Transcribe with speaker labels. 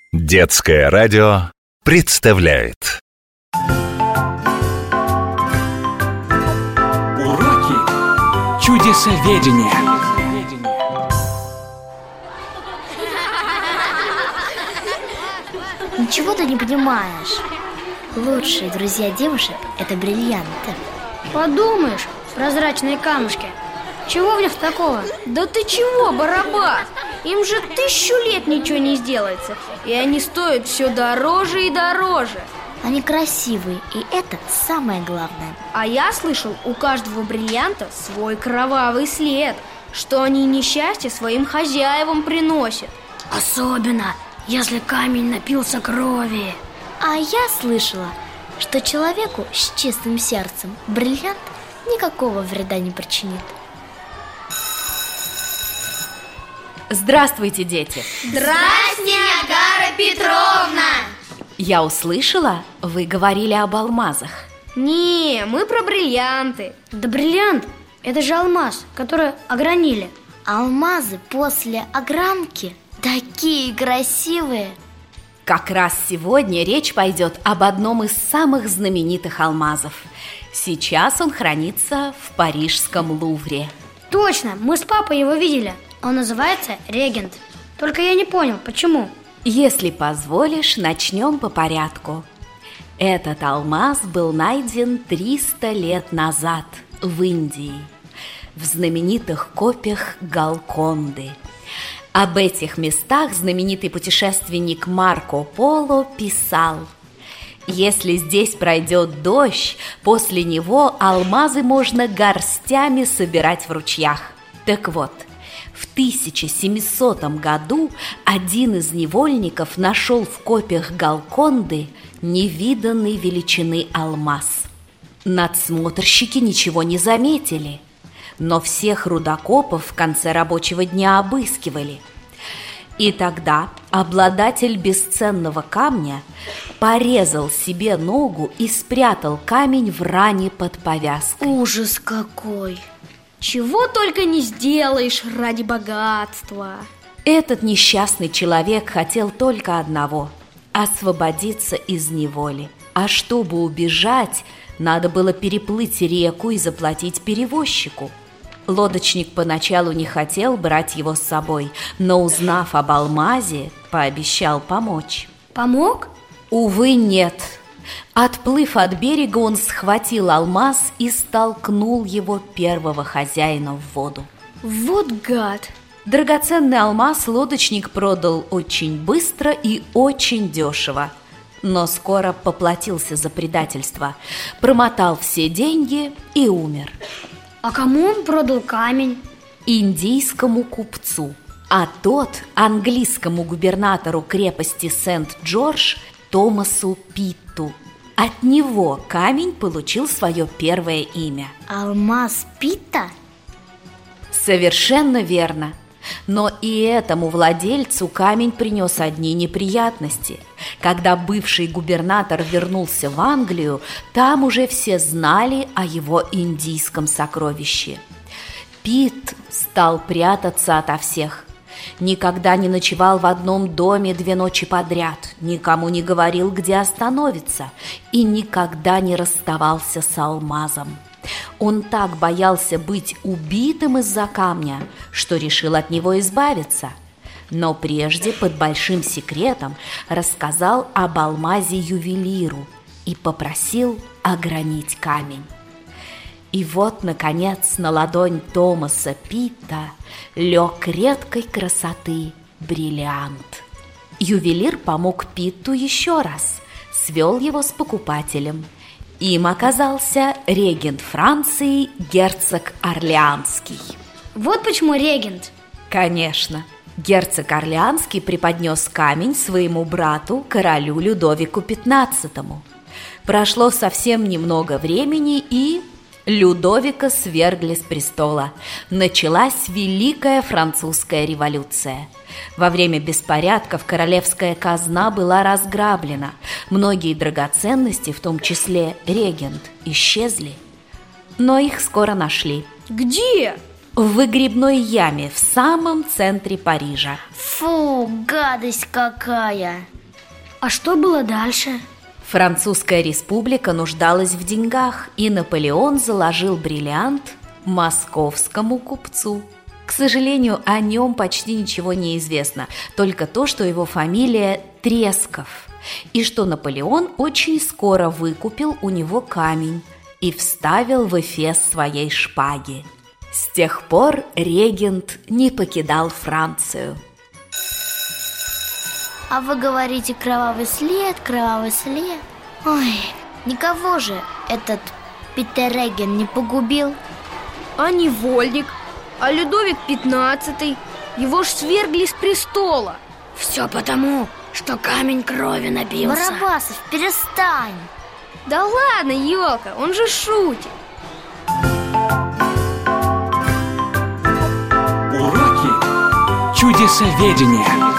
Speaker 1: Детское радио представляет
Speaker 2: Уроки чудесоведения.
Speaker 3: Ничего ты не понимаешь. Лучшие друзья девушек – это бриллианты.
Speaker 4: Подумаешь, прозрачные камушки. Чего в них такого? Да ты чего, Барабас? Им же 1000 лет ничего не сделается. И они стоят все дороже и дороже.
Speaker 3: Они красивые, и это самое главное.
Speaker 4: А я слышал, у каждого бриллианта свой кровавый след, что они несчастье своим хозяевам приносят.
Speaker 5: Особенно, если камень напился крови.
Speaker 3: А я слышала, что человеку с чистым сердцем бриллиант никакого вреда не причинит.
Speaker 6: Здравствуйте, дети!
Speaker 7: Здрасте, Агара Петровна!
Speaker 6: Я услышала, вы говорили об алмазах.
Speaker 4: Не, мы про бриллианты.
Speaker 5: Да бриллиант – это же алмаз, который огранили.
Speaker 3: Алмазы после огранки такие красивые.
Speaker 6: Как раз сегодня речь пойдет об одном из самых знаменитых алмазов. Сейчас он хранится в парижском Лувре.
Speaker 5: Точно, мы с папой его видели. Он называется Регент. Только я не понял, почему.
Speaker 6: Если позволишь, начнем по порядку. Этот алмаз был найден 300 лет назад в Индии, в знаменитых копьях Галконды. Об этих местах знаменитый путешественник Марко Поло писал: если здесь пройдет дождь, после него алмазы можно горстями собирать в ручьях. Так вот, в 1700 году один из невольников нашел в копьях Галконды невиданной величины алмаз. Надсмотрщики ничего не заметили, но всех рудокопов в конце рабочего дня обыскивали. И тогда обладатель бесценного камня порезал себе ногу и спрятал камень в ране под повязкой.
Speaker 3: Ужас какой!
Speaker 4: Чего только не сделаешь ради богатства.
Speaker 6: Этот несчастный человек хотел только одного – освободиться из неволи. А чтобы убежать, надо было переплыть реку и заплатить перевозчику. Лодочник поначалу не хотел брать его с собой, но, узнав об алмазе, пообещал помочь.
Speaker 5: Помог?
Speaker 6: Увы, нет. Отплыв от берега, он схватил алмаз и столкнул его первого хозяина в воду.
Speaker 4: Вот гад!
Speaker 6: Драгоценный алмаз лодочник продал очень быстро и очень дешево, но скоро поплатился за предательство, промотал все деньги и умер.
Speaker 5: А кому он продал камень?
Speaker 6: Индийскому купцу, а тот английскому губернатору крепости Сент-Джордж Томасу Питту. От него камень получил свое первое имя.
Speaker 3: Алмаз Питта?
Speaker 6: Совершенно верно. Но и этому владельцу камень принес одни неприятности. Когда бывший губернатор вернулся в Англию, там уже все знали о его индийском сокровище. Питт стал прятаться ото всех. Никогда не ночевал в одном доме 2 ночи подряд, никому не говорил, где остановиться, и никогда не расставался с алмазом. Он так боялся быть убитым из-за камня, что решил от него избавиться. Но прежде под большим секретом рассказал об алмазе ювелиру и попросил огранить камень. И вот, наконец, на ладонь Томаса Питта лег редкой красоты бриллиант. Ювелир помог Питту еще раз, свел его с покупателем. Им оказался регент Франции, герцог Орлеанский.
Speaker 5: Вот почему регент.
Speaker 6: Конечно. Герцог Орлеанский преподнес камень своему брату, королю Людовику XV. Прошло совсем немного времени, и Людовика свергли с престола. Началась Великая Французская революция. Во время беспорядков королевская казна была разграблена. Многие драгоценности, в том числе регент, исчезли. Но их скоро нашли.
Speaker 4: Где?
Speaker 6: В выгребной яме в самом центре Парижа.
Speaker 3: Фу, гадость какая!
Speaker 5: А что было дальше?
Speaker 6: Французская республика нуждалась в деньгах, и Наполеон заложил бриллиант московскому купцу. К сожалению, о нем почти ничего не известно, только то, что его фамилия Тресков, и что Наполеон очень скоро выкупил у него камень и вставил в эфес своей шпаги. С тех пор регент не покидал Францию.
Speaker 3: А вы говорите кровавый след, кровавый след. Ой, никого же этот Питер Реген не погубил.
Speaker 4: А невольник? А Людовик XV? Его ж свергли с престола.
Speaker 5: Все потому, что камень крови набился.
Speaker 3: Барабасов, перестань.
Speaker 4: Да ладно, елка, он же шутит.
Speaker 2: Уроки чудесоведения.